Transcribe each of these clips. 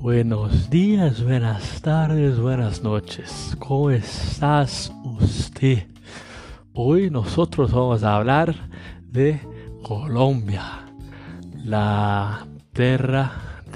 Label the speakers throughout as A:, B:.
A: Buenos días, buenas tardes, buenas noches. ¿Cómo estás usted? Hoy nosotros vamos a hablar de Colombia, la tierra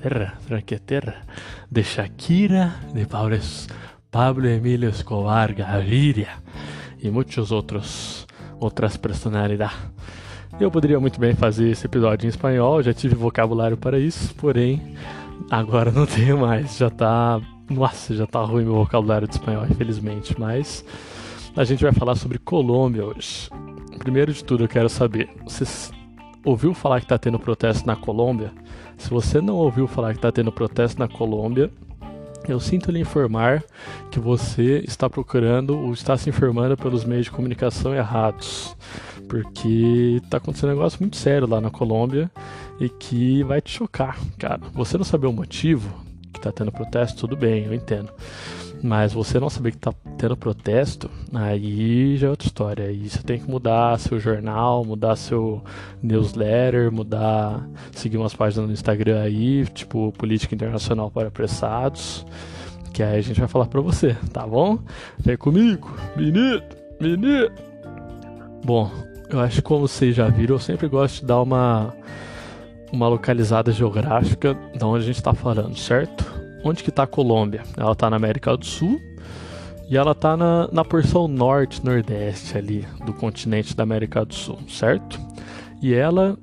A: de Shakira, de Pablo Emilio Escobar Gaviria e muitos outras personalidades. Eu poderia muito bem fazer esse episódio em espanhol, já tive vocabulário para isso, porém agora não tenho mais, já tá ruim meu vocabulário de espanhol, infelizmente, mas a gente vai falar sobre Colômbia hoje. Primeiro de tudo eu quero saber, você ouviu falar que tá tendo protesto na Colômbia? Se você não ouviu falar que tá tendo protesto na Colômbia, eu sinto lhe informar que você está procurando ou está se informando pelos meios de comunicação errados, porque tá acontecendo um negócio muito sério lá na Colômbia e que vai te chocar, cara. Você não saber o motivo que tá tendo protesto, tudo bem, eu entendo. Mas você não saber que tá tendo protesto, aí já é outra história. Aí você tem que mudar seu jornal, mudar seu newsletter, seguir umas páginas no Instagram aí, tipo Política Internacional para Apressados, que aí a gente vai falar pra você, tá bom? Vem comigo, menino. Bom, eu acho que como vocês já viram, eu sempre gosto de dar uma localizada geográfica de onde a gente tá falando, certo? Onde que tá a Colômbia? Ela tá na América do Sul e ela tá na porção norte-nordeste ali do continente da América do Sul, certo? E ela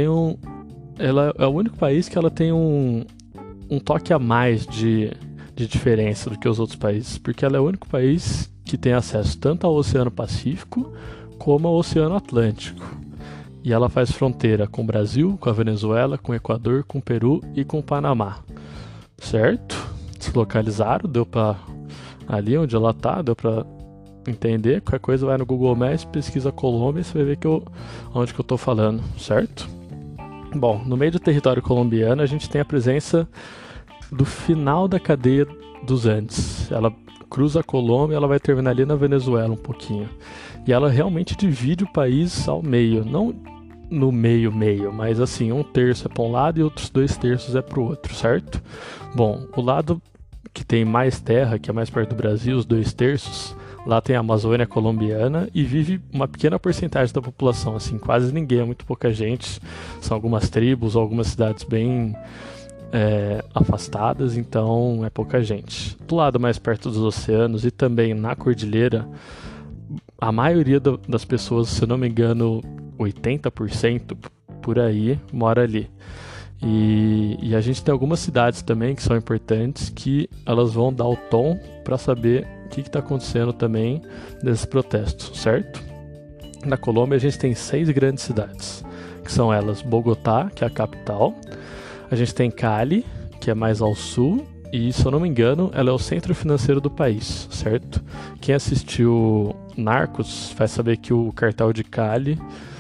A: é o único país que ela tem um toque a mais de diferença do que os outros países, porque ela é o único país que tem acesso tanto ao Oceano Pacífico como ao Oceano Atlântico. E ela faz fronteira com o Brasil, com a Venezuela, com o Equador, com o Peru e com o Panamá. Certo? Se localizaram, deu pra... Ali onde ela tá, deu pra entender. Qualquer coisa vai no Google Maps, pesquisa Colômbia e você vai ver onde que eu tô falando, certo? Bom, no meio do território colombiano a gente tem a presença do final da cadeia dos Andes. Ela cruza a Colômbia e ela vai terminar ali na Venezuela um pouquinho. E ela realmente divide o país ao meio, não no meio, mas assim, 1/3 é para um lado e outros 2/3 é para o outro, certo? Bom, o lado que tem mais terra, que é mais perto do Brasil, os 2/3, lá tem a Amazônia colombiana e vive uma pequena porcentagem da população, assim, quase ninguém, é muito pouca gente, são algumas tribos, algumas cidades bem afastadas, então é pouca gente. Do lado mais perto dos oceanos e também na cordilheira, a maioria das pessoas, se eu não me engano, 80% por aí mora ali. E a gente tem algumas cidades também que são importantes, que elas vão dar o tom para saber o que está acontecendo também nesses protestos, certo? Na Colômbia a gente tem 6 grandes cidades, que são elas: Bogotá, que é a capital, a gente tem Cali, que é mais ao sul, e se eu não me engano ela é o centro financeiro do país, certo? Quem assistiu Narcos vai saber que o cartel de Cali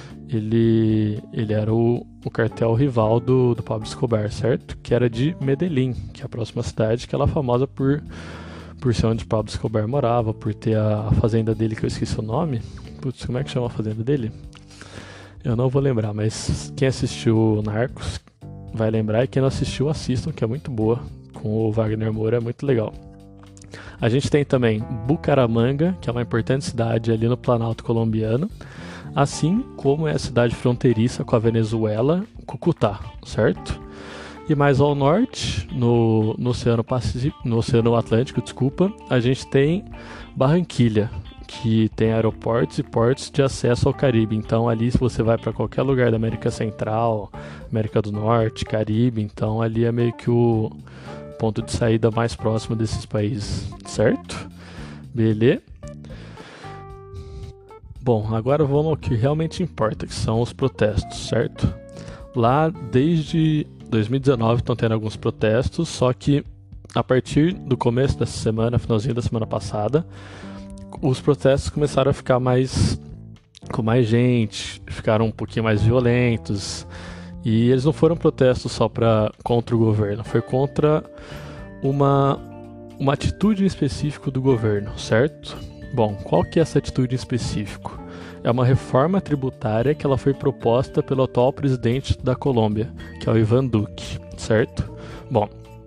A: ele era o cartel rival do Pablo Escobar, certo? Que era de Medellín, que é a próxima cidade, que ela é famosa por ser onde Pablo Escobar morava, por ter a fazenda dele, que eu esqueci o nome. Putz, como é que chama a fazenda dele? Eu não vou lembrar, mas quem assistiu Narcos vai lembrar, e quem não assistiu, assistam, que é muito boa, com o Wagner Moura, é muito legal. A gente tem também Bucaramanga, que é uma importante cidade ali no Planalto colombiano, assim como é a cidade fronteiriça com a Venezuela, Cúcuta, certo? E mais ao norte, no Oceano Atlântico, a gente tem Barranquilha, que tem aeroportos e portos de acesso ao Caribe. Então ali, se você vai para qualquer lugar da América Central, América do Norte, Caribe, então ali é meio que o ponto de saída mais próximo desses países, certo? Beleza? Bom, agora vamos ao que realmente importa, que são os protestos, certo? Lá, desde 2019, estão tendo alguns protestos, só que a partir do começo dessa semana, finalzinho da semana passada, os protestos começaram a ficar com mais gente, ficaram um pouquinho mais violentos, e eles não foram protestos só contra o governo, foi contra uma atitude em específico do governo, certo? Bom, qual que é essa atitude em específico? É uma reforma tributária que ela foi proposta pelo atual presidente da Colômbia, que é o Iván Duque, certo? Bom,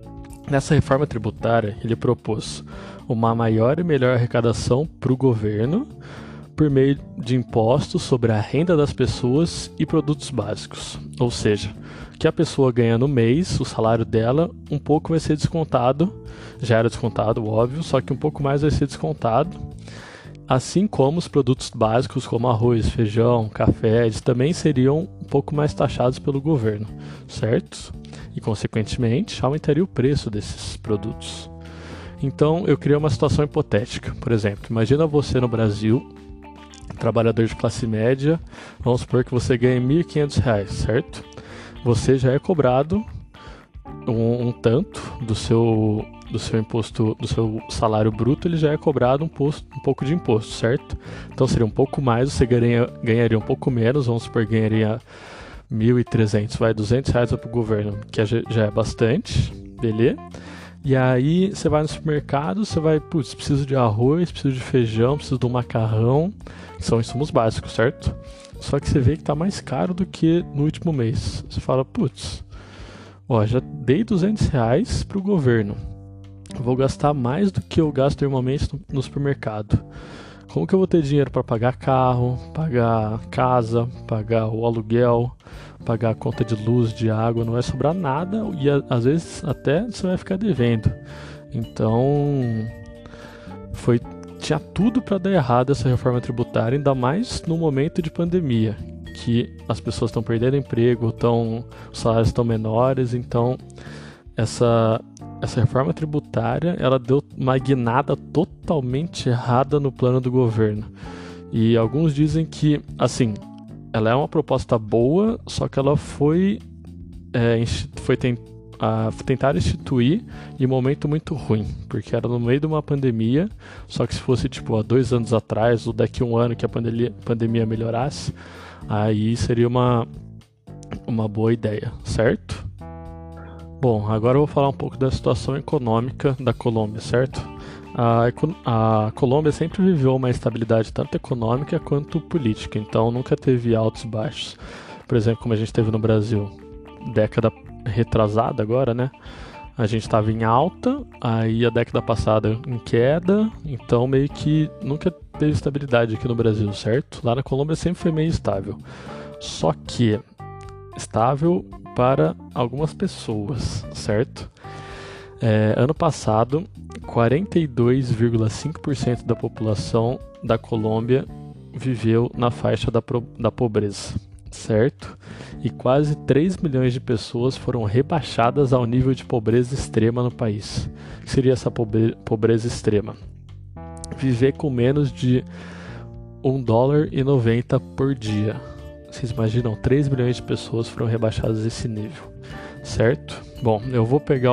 A: Nessa reforma tributária, ele propôs uma maior e melhor arrecadação para o governo por meio de impostos sobre a renda das pessoas e produtos básicos. Ou seja, o que a pessoa ganha no mês, o salário dela, um pouco vai ser descontado, já era descontado, óbvio, só que um pouco mais vai ser descontado. Assim como os produtos básicos como arroz, feijão, café, eles também seriam um pouco mais taxados pelo governo, certo? E, consequentemente, aumentaria o preço desses produtos. Então, eu criei uma situação hipotética. Por exemplo, imagina você no Brasil, trabalhador de classe média, vamos supor que você ganha R$1.500, certo? Você já é cobrado um tanto do seu imposto, do seu salário bruto, ele já é cobrado um pouco de imposto, certo? Então seria um pouco mais, você ganharia um pouco menos, vamos supor que ganharia 1.300, vai R$200 para o governo, que já é bastante, beleza? E aí você vai no supermercado, você vai, putz, preciso de arroz, preciso de feijão, preciso de um macarrão, que são insumos básicos, certo? Só que você vê que tá mais caro do que no último mês. Você fala, putz, ó, já dei R$200 pro governo, vou gastar mais do que eu gasto normalmente no supermercado. Como que eu vou ter dinheiro para pagar carro, pagar casa, pagar o aluguel, pagar a conta de luz, de água? Não vai sobrar nada e às vezes até você vai ficar devendo. Então, tinha tudo para dar errado essa reforma tributária, ainda mais no momento de pandemia, que as pessoas estão perdendo emprego, os salários estão menores, então essa reforma tributária, ela deu uma guinada totalmente errada no plano do governo. E alguns dizem que, assim, ela é uma proposta boa, só que ela foi tentar instituir em um momento muito ruim, porque era no meio de uma pandemia, só que se fosse tipo há 2 anos atrás, ou daqui a 1 ano que a pandemia melhorasse, aí seria uma boa ideia, certo? Bom, agora eu vou falar um pouco da situação econômica da Colômbia, certo? A Colômbia sempre viveu uma estabilidade tanto econômica quanto política, então nunca teve altos e baixos. Por exemplo, como a gente teve no Brasil, década retrasada agora, né? A gente estava em alta, aí a década passada em queda, então meio que nunca teve estabilidade aqui no Brasil, certo? Lá na Colômbia sempre foi meio estável. Só que estável para algumas pessoas, certo? Ano passado, 42,5% da população da Colômbia viveu na faixa da pobreza, certo? E quase 3 milhões de pessoas foram rebaixadas ao nível de pobreza extrema no país. O que seria essa pobreza extrema? Viver com menos de $1,90 por dia. Vocês imaginam, 3 milhões de pessoas foram rebaixadas a esse nível, certo? Bom, eu vou pegar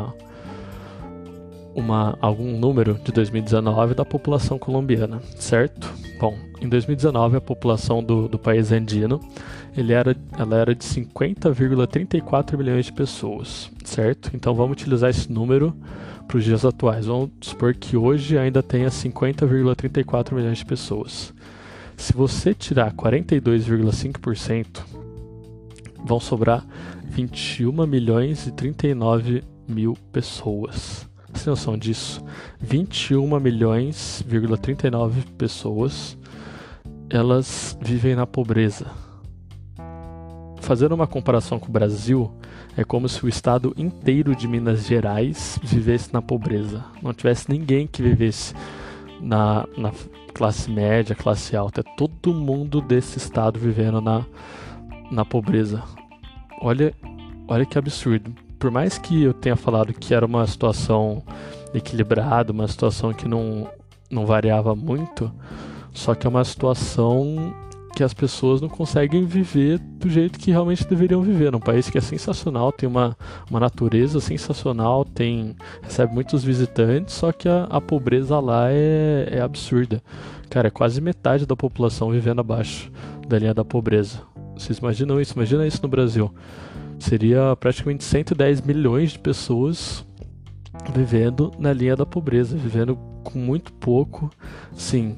A: algum número de 2019 da população colombiana, certo? Bom, em 2019 a população do país andino, ela era de 50,34 milhões de pessoas, certo? Então vamos utilizar esse número para os dias atuais. Vamos supor que hoje ainda tenha 50,34 milhões de pessoas. Se você tirar 42,5%, vão sobrar 21 milhões e 39 mil pessoas. Você tem noção disso? 21 milhões,39 pessoas, elas vivem na pobreza. Fazendo uma comparação com o Brasil, é como se o estado inteiro de Minas Gerais vivesse na pobreza. Não tivesse ninguém que vivesse na classe média, classe alta. É todo mundo desse estado vivendo na pobreza. Olha que absurdo. Por mais que eu tenha falado que era uma situação equilibrada, uma situação que não variava muito, só que é uma situação que as pessoas não conseguem viver do jeito que realmente deveriam viver. Num país que é sensacional, tem uma natureza sensacional, recebe muitos visitantes, só que a pobreza lá é absurda. Cara, é quase metade da população vivendo abaixo da linha da pobreza. Vocês imaginam isso? Imagina isso no Brasil. Seria praticamente 110 milhões de pessoas vivendo na linha da pobreza, vivendo com muito pouco, sim,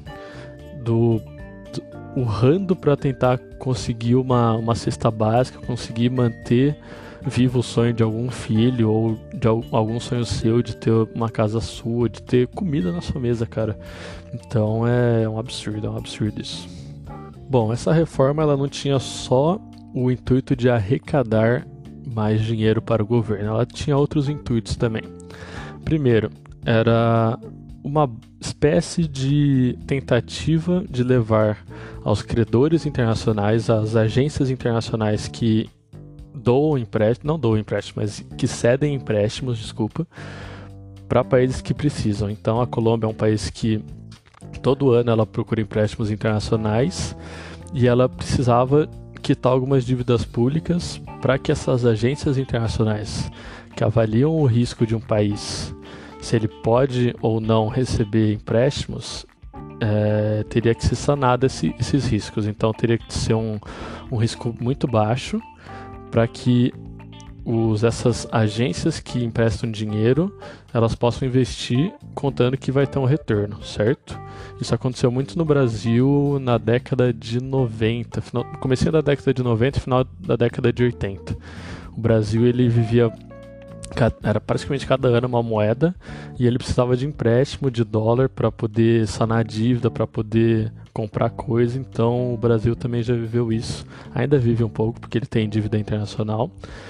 A: urrando para tentar conseguir uma cesta básica, conseguir manter viva o sonho de algum filho ou de algum sonho seu de ter uma casa sua, de ter comida na sua mesa, cara. Então é um absurdo isso. Bom, essa reforma ela não tinha só o intuito de arrecadar mais dinheiro para o governo, ela tinha outros intuitos também. Primeiro, era uma espécie de tentativa de levar aos credores internacionais, às agências internacionais que que cedem empréstimos, para países que precisam. Então a Colômbia é um país que todo ano ela procura empréstimos internacionais e ela precisava quitar algumas dívidas públicas para que essas agências internacionais que avaliam o risco de um país, se ele pode ou não receber empréstimos, teria que ser sanado esses riscos. Então teria que ser um risco muito baixo para que essas agências que emprestam dinheiro, elas possam investir contando que vai ter um retorno, certo? Isso aconteceu muito no Brasil na década de 90, comecinho da década de 90 e final da década de 80. O Brasil, ele vivia, era praticamente cada ano uma moeda, e ele precisava de empréstimo de dólar para poder sanar a dívida, para poder comprar coisa. Então o Brasil também já viveu isso, ainda vive um pouco porque ele tem dívida internacional.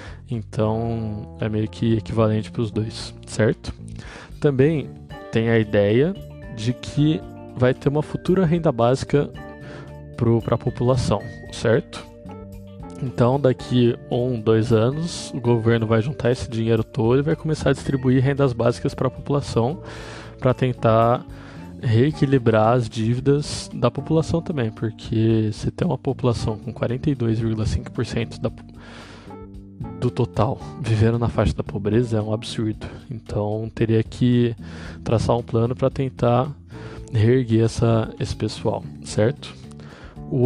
A: Então é meio que equivalente para os dois, certo? Também tem a ideia de que vai ter uma futura renda básica para a população, certo? Então daqui 2 anos o governo vai juntar esse dinheiro todo e vai começar a distribuir rendas básicas para a população, para tentar reequilibrar as dívidas da população também, porque se tem uma população com 42,5% do total vivendo na faixa da pobreza, é um absurdo. Então teria que traçar um plano para tentar reerguer esse pessoal, certo? O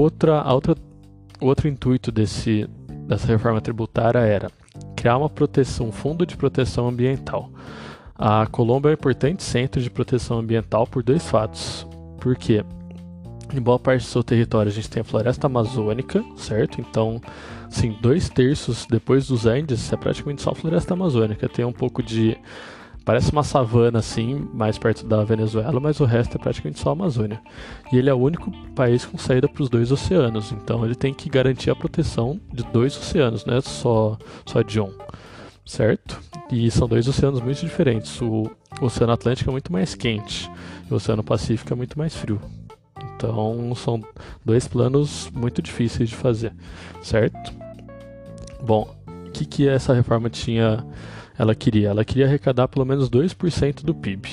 A: outro intuito dessa reforma tributária era criar um fundo de proteção ambiental. A Colômbia é um importante centro de proteção ambiental por 2 fatos. Por quê? Em boa parte do seu território a gente tem a floresta amazônica, certo? Então, sim, 2/3 depois dos Andes é praticamente só floresta amazônica. Tem um pouco parece uma savana assim, mais perto da Venezuela, mas o resto é praticamente só a Amazônia. E ele é o único país com saída para os 2 oceanos, então ele tem que garantir a proteção de 2 oceanos, não é só de um, certo? E são 2 oceanos muito diferentes. O Oceano Atlântico é muito mais quente e o Oceano Pacífico é muito mais frio. Então são 2 planos muito difíceis de fazer, certo? Bom, o que essa reforma ela queria arrecadar pelo menos 2% do PIB.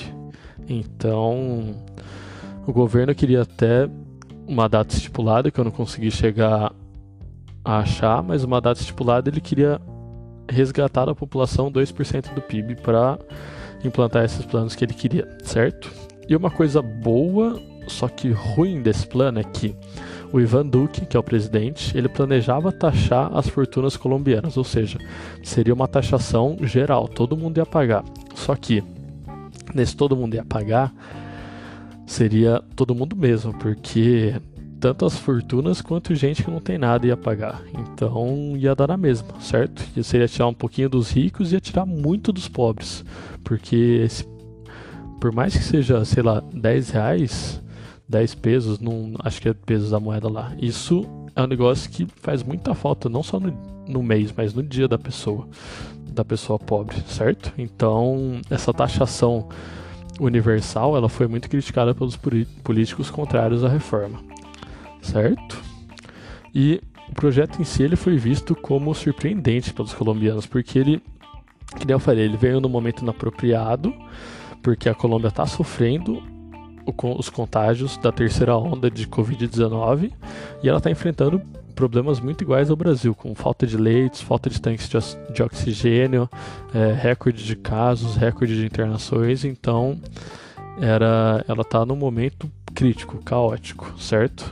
A: Então o governo queria até uma data estipulada, que eu não consegui chegar a achar, mas uma data estipulada ele queria resgatar da população 2% do PIB para implantar esses planos que ele queria, certo? E uma coisa boa, só que ruim desse plano, é que o Iván Duque, que é o presidente, ele planejava taxar as fortunas colombianas, ou seja, seria uma taxação geral, todo mundo ia pagar. Só que, nesse todo mundo ia pagar, seria todo mundo mesmo, porque tanto as fortunas quanto gente que não tem nada ia pagar. Então ia dar na mesma, certo? E seria tirar um pouquinho dos ricos e ia tirar muito dos pobres, porque por mais que seja, sei lá, 10 reais, 10 pesos, acho que é pesos da moeda lá, isso é um negócio que faz muita falta, não só no mês, mas no dia da pessoa pobre, certo? Então essa taxação universal, ela foi muito criticada pelos políticos contrários à reforma, certo? E o projeto em si ele foi visto como surpreendente pelos colombianos, porque ele, que nem eu falei, ele veio no momento inapropriado, porque a Colômbia está sofrendo os contágios da terceira onda de Covid-19 e ela está enfrentando problemas muito iguais ao Brasil, com falta de leitos, falta de tanques de oxigênio, recorde de casos, recorde de internações. Então ela está num momento crítico, caótico, certo?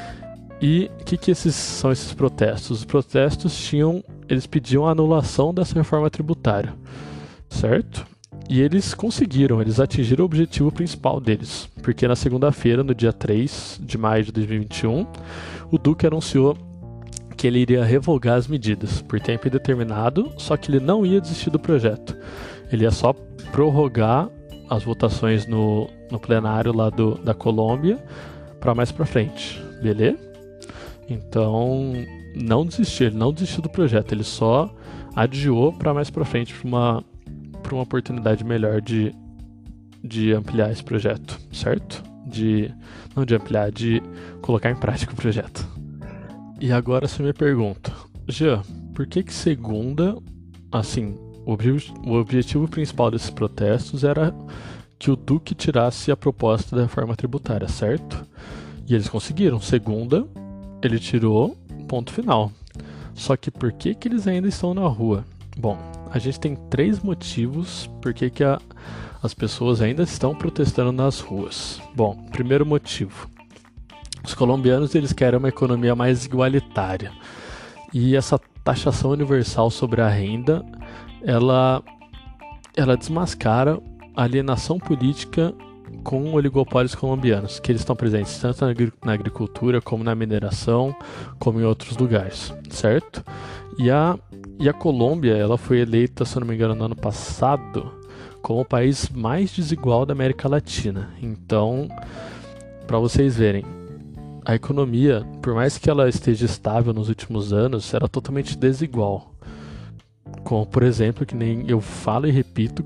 A: E o que são esses protestos? Os protestos eles pediam a anulação dessa reforma tributária, certo? E eles conseguiram, eles atingiram o objetivo principal deles, porque na segunda-feira, no dia 3 de maio de 2021, o Duque anunciou que ele iria revogar as medidas por tempo indeterminado, só que ele não ia desistir do projeto. Ele ia só prorrogar as votações no plenário lá da Colômbia para mais para frente, beleza? Então, não desistiu, ele não desistiu do projeto, ele só adiou para mais para frente, para uma oportunidade melhor de ampliar esse projeto, certo? Não de ampliar, de colocar em prática o projeto. E agora você me pergunta, Jean, por que segunda, assim, o objetivo principal desses protestos era que o Duque tirasse a proposta da reforma tributária, certo? E eles conseguiram. Segunda, ele tirou, ponto final. Só que por que eles ainda estão na rua? Bom, a gente tem 3 motivos por que as pessoas ainda estão protestando nas ruas. Bom, primeiro motivo. Os colombianos, eles querem uma economia mais igualitária. E essa taxação universal sobre a renda, ela desmascara a alienação política com oligopólios colombianos, que eles estão presentes tanto na agricultura, como na mineração, como em outros lugares, certo? E a Colômbia, ela foi eleita, se eu não me engano, no ano passado, como o país mais desigual da América Latina. Então, para vocês verem, a economia, por mais que ela esteja estável nos últimos anos, era totalmente desigual. Como, por exemplo, que nem eu falo e repito,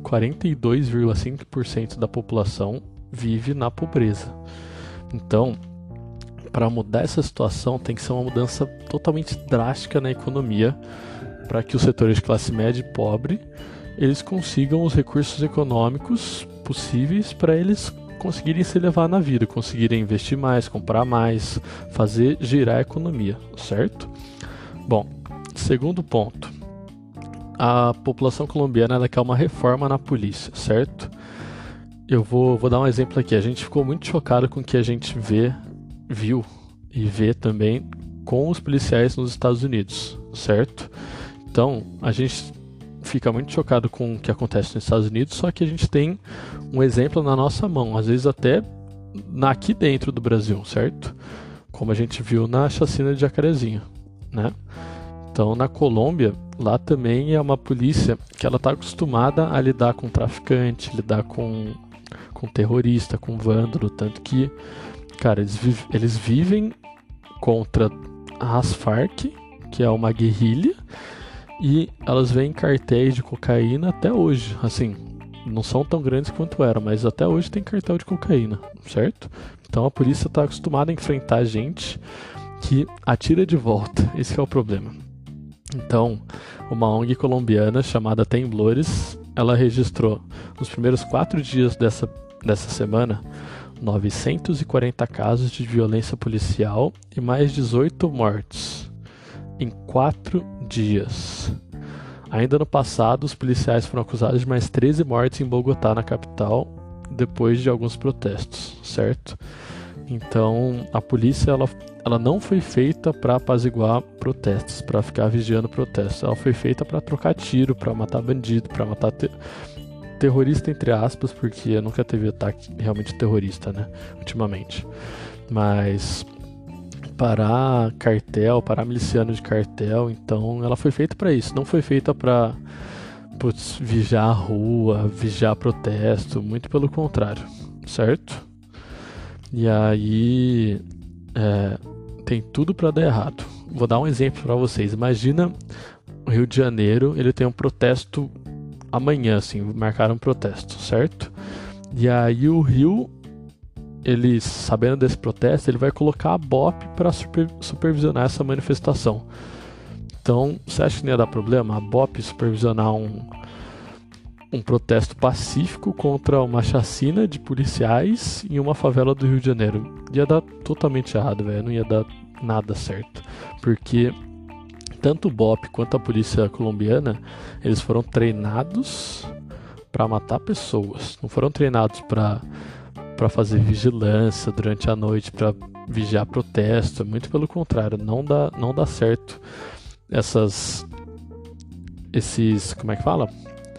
A: 42,5% da população vive na pobreza. Então, para mudar essa situação, tem que ser uma mudança totalmente drástica na economia, para que os setores de classe média e pobre, eles consigam os recursos econômicos possíveis para eles conseguirem se elevar na vida, conseguirem investir mais, comprar mais, fazer girar a economia, certo? Bom, segundo ponto. A população colombiana, ela quer uma reforma na polícia, certo? Eu vou dar um exemplo aqui. A gente ficou muito chocado com o que a gente viu e vê também com os policiais nos Estados Unidos, certo? Então, a gente fica muito chocado com o que acontece nos Estados Unidos, só que a gente tem um exemplo na nossa mão, às vezes até aqui dentro do Brasil, certo? Como a gente viu na chacina de Jacarezinho, né? Então, na Colômbia, lá também é uma polícia que ela está acostumada a lidar com traficante, lidar com terrorista, com vândalo, tanto que, cara, eles vivem contra as Farc, que é uma guerrilha, e elas veem cartéis de cocaína até hoje, assim, não são tão grandes quanto eram, mas até hoje tem cartel de cocaína, certo? Então a polícia está acostumada a enfrentar gente que atira de volta, esse é o problema. Então, uma ONG colombiana chamada Temblores, ela registrou nos primeiros 4 dias dessa semana 940 casos de violência policial e mais 18 mortes em 4 dias. Ainda no passado, os policiais foram acusados de mais 13 mortes em Bogotá, na capital, depois de alguns protestos, certo? Então, a polícia ela não foi feita para apaziguar protestos, para ficar vigiando protestos. Ela foi feita para trocar tiro, para matar bandido, para matar terrorista, entre aspas, porque nunca teve ataque realmente terrorista, né, ultimamente. Mas parar cartel, parar miliciano de cartel, então ela foi feita para isso, não foi feita para vigiar a rua, vigiar protesto, muito pelo contrário, certo? E aí tem tudo para dar errado. Vou dar um exemplo para vocês. Imagina o Rio de Janeiro, ele tem um protesto amanhã, assim, marcaram um protesto, certo? E aí o Rio, ele, sabendo desse protesto, ele vai colocar a BOP para supervisionar essa manifestação. Então, você acha que não ia dar problema a BOP supervisionar um protesto pacífico contra uma chacina de policiais em uma favela do Rio de Janeiro? Ia dar totalmente errado, velho. Não ia dar nada certo. Porque tanto o BOP quanto a polícia colombiana, eles foram treinados para matar pessoas. Não foram treinados para fazer vigilância durante a noite, para vigiar protesto. Muito pelo contrário, não dá certo esses, como é que fala?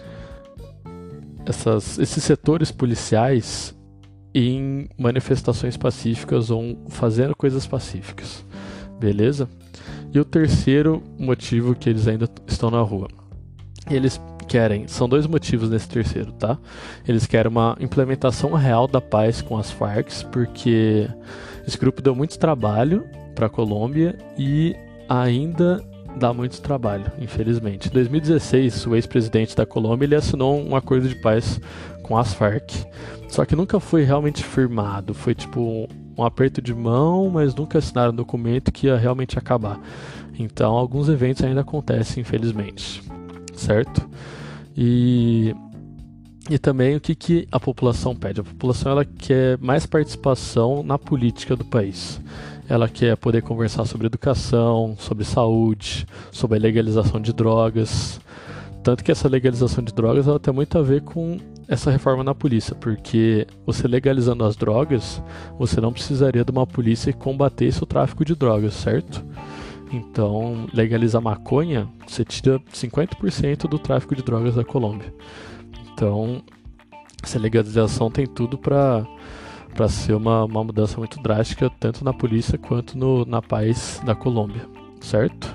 A: Esses setores policiais em manifestações pacíficas ou fazendo coisas pacíficas, beleza? E o terceiro motivo que eles ainda estão na rua. Eles querem, são dois motivos nesse terceiro, tá? Eles querem uma implementação real da paz com as Farc, porque esse grupo deu muito trabalho para a Colômbia e ainda dá muito trabalho, infelizmente. Em 2016, o ex-presidente da Colômbia ele assinou um acordo de paz com as Farc, só que nunca foi realmente firmado. Foi tipo um aperto de mão, mas nunca assinaram um documento que ia realmente acabar. Então, alguns eventos ainda acontecem, infelizmente, certo? E também o que a população pede? A população ela quer mais participação na política do país. Ela quer poder conversar sobre educação, sobre saúde, sobre a legalização de drogas. Tanto que essa legalização de drogas ela tem muito a ver com essa reforma na polícia, porque você legalizando as drogas, você não precisaria de uma polícia que combatesse o tráfico de drogas, certo? Então, legalizar maconha, você tira 50% do tráfico de drogas da Colômbia. Então, essa legalização tem tudo para ser uma mudança muito drástica, tanto na polícia quanto na paz da Colômbia, certo?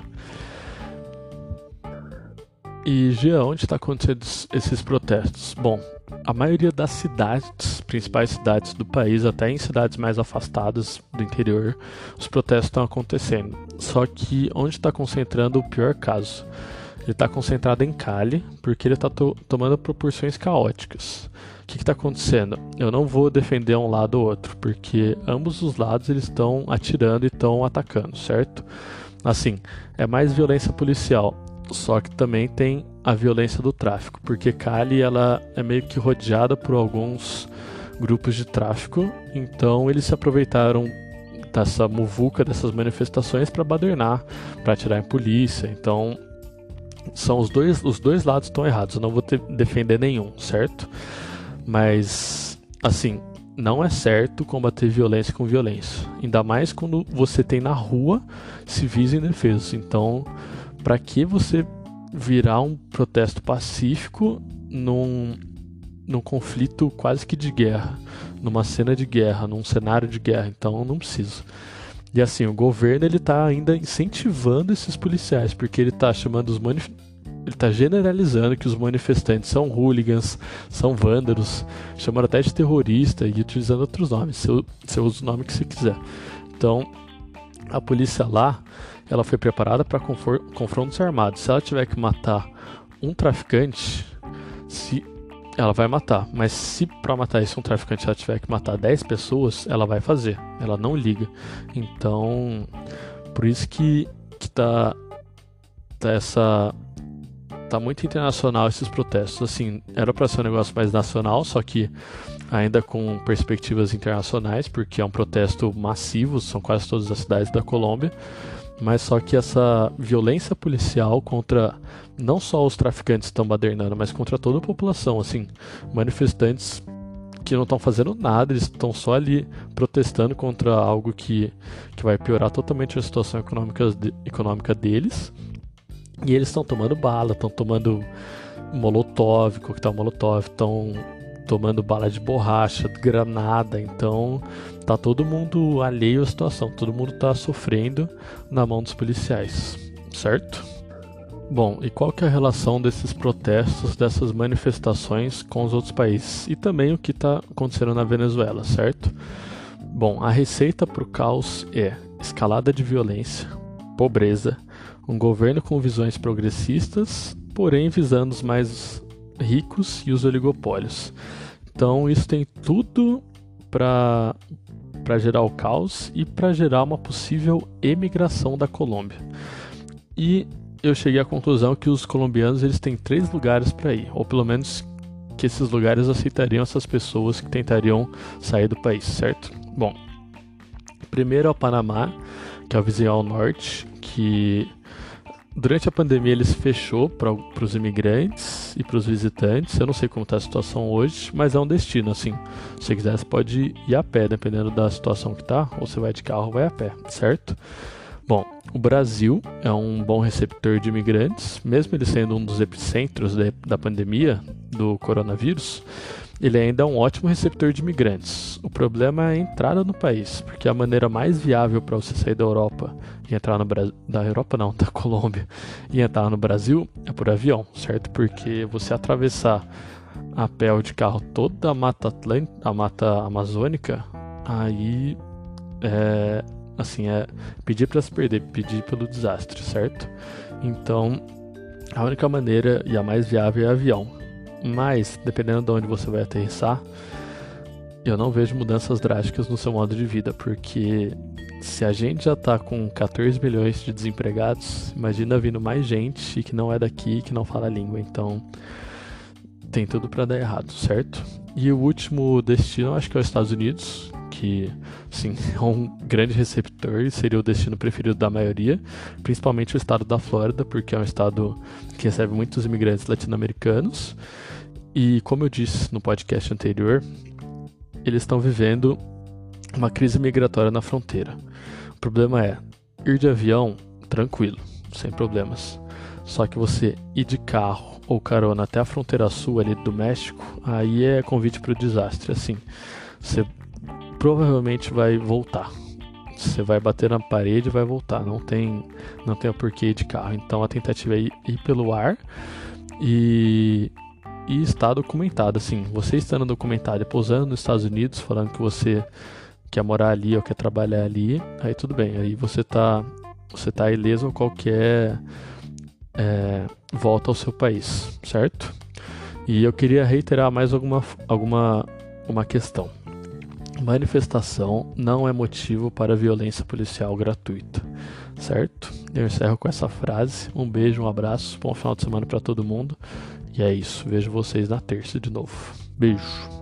A: E, Jean, onde está acontecendo esses protestos? Bom, a maioria das cidades, principais cidades do país, até em cidades mais afastadas do interior, os protestos estão acontecendo. Só que onde está concentrando o pior caso? Ele está concentrado em Cali, porque ele está tomando proporções caóticas. O que está acontecendo? Eu não vou defender um lado ou outro, porque ambos os lados eles estão atirando e estão atacando, certo? Assim, é mais violência policial. Só que também tem a violência do tráfico, porque Cali ela é meio que rodeada por alguns grupos de tráfico, então eles se aproveitaram dessa muvuca, dessas manifestações para badernar, para atirar em polícia. Então são os dois lados estão errados, eu não vou defender nenhum, certo? Mas assim, não é certo combater violência com violência, ainda mais quando você tem na rua civis indefesos. Então, para que você virar um protesto pacífico num conflito quase que de guerra, numa cena de guerra, num cenário de guerra? Então não precisa. E assim, o governo ele tá ainda incentivando esses policiais, porque ele tá chamando ele tá generalizando que os manifestantes são hooligans, são vândalos, chamando até de terrorista e utilizando outros nomes. Você usa o nome que você quiser. Então, a polícia lá, ela foi preparada para confrontos armados. Se ela tiver que matar um traficante, ela vai matar. Mas se para matar um traficante ela tiver que matar 10 pessoas, ela vai fazer. Ela não liga. Então, por isso que tá muito internacional esses protestos. Assim, era para ser um negócio mais nacional, só que ainda com perspectivas internacionais, porque é um protesto massivo, são quase todas as cidades da Colômbia. Mas só que essa violência policial contra não só os traficantes que estão badernando, mas contra toda a população, assim, manifestantes que não estão fazendo nada, eles estão só ali protestando contra algo que vai piorar totalmente a situação econômica deles. E eles estão tomando bala, estão tomando molotov, coquetel molotov, estão tomando bala de borracha, granada. Então tá todo mundo alheio à situação, todo mundo tá sofrendo na mão dos policiais, certo? Bom, e qual que é a relação desses protestos, dessas manifestações com os outros países? E também o que está acontecendo na Venezuela, certo? Bom, a receita para o caos é escalada de violência, pobreza, um governo com visões progressistas, porém visando os mais ricos e os oligopólios. Então isso tem tudo para gerar o caos e para gerar uma possível emigração da Colômbia. E eu cheguei à conclusão que os colombianos eles têm 3 lugares para ir, ou pelo menos que esses lugares aceitariam essas pessoas que tentariam sair do país, certo? Bom, primeiro é o Panamá, que é o vizinho ao norte, que durante a pandemia ele se fechou para os imigrantes e para os visitantes. Eu não sei como está a situação hoje, mas é um destino, assim. Se você quiser, você pode ir a pé, dependendo da situação que tá, ou você vai de carro ou vai a pé, certo? Bom, o Brasil é um bom receptor de imigrantes, mesmo ele sendo um dos epicentros da pandemia do coronavírus. ele ainda é um ótimo receptor de imigrantes. O problema é a entrada no país, porque a maneira mais viável para você sair da Europa e entrar no Brasil, da Europa não, da Colômbia, e entrar no Brasil é por avião, certo? Porque você atravessar a pé ou de carro toda a Mata a Mata Amazônica, aí é pedir para se perder, pedir pelo desastre, certo? Então, a única maneira e a mais viável é avião. Mas, dependendo de onde você vai aterrissar, eu não vejo mudanças drásticas no seu modo de vida, porque se a gente já tá com 14 milhões de desempregados, imagina vindo mais gente que não é daqui, que não fala a língua. Então, tem tudo para dar errado, certo? E o último destino, acho que é os Estados Unidos, que, sim, é um grande receptor e seria o destino preferido da maioria, principalmente o estado da Flórida, porque é um estado que recebe muitos imigrantes latino-americanos. E, como eu disse no podcast anterior, eles estão vivendo uma crise migratória na fronteira. O problema é, ir de avião, tranquilo, sem problemas. Só que você ir de carro ou carona até a fronteira sul ali do México, aí é convite para o desastre. Assim, você provavelmente vai voltar. Você vai bater na parede e vai voltar. Não tem o porquê ir de carro. Então a tentativa é ir pelo ar e está documentado. Assim, você estando documentado e pousando nos Estados Unidos, falando que você quer morar ali ou quer trabalhar ali, aí tudo bem. Aí você tá ileso a qualquer volta ao seu país, certo? E eu queria reiterar mais uma questão. Manifestação não é motivo para violência policial gratuita, certo? Eu encerro com essa frase. Um beijo, um abraço, bom final de semana para todo mundo. E é isso, vejo vocês na terça de novo. Beijo.